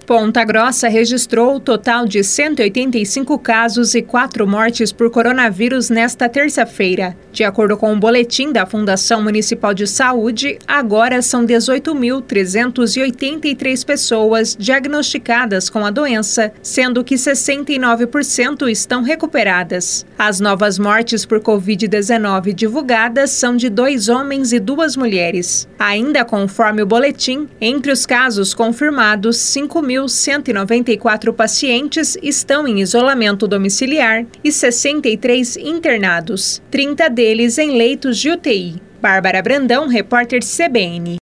Ponta Grossa registrou o total de 185 casos e 4 mortes por coronavírus nesta terça-feira. De acordo com o boletim da Fundação Municipal de Saúde, agora são 18.383 pessoas diagnosticadas com a doença, sendo que 69% estão recuperadas. As novas mortes por Covid-19 divulgadas são de 2 homens e 2 mulheres. Ainda conforme o boletim, entre os casos confirmados, 5.194 pacientes estão em isolamento domiciliar e 63 internados, 30 deles em leitos de UTI. Bárbara Brandão, repórter CBN.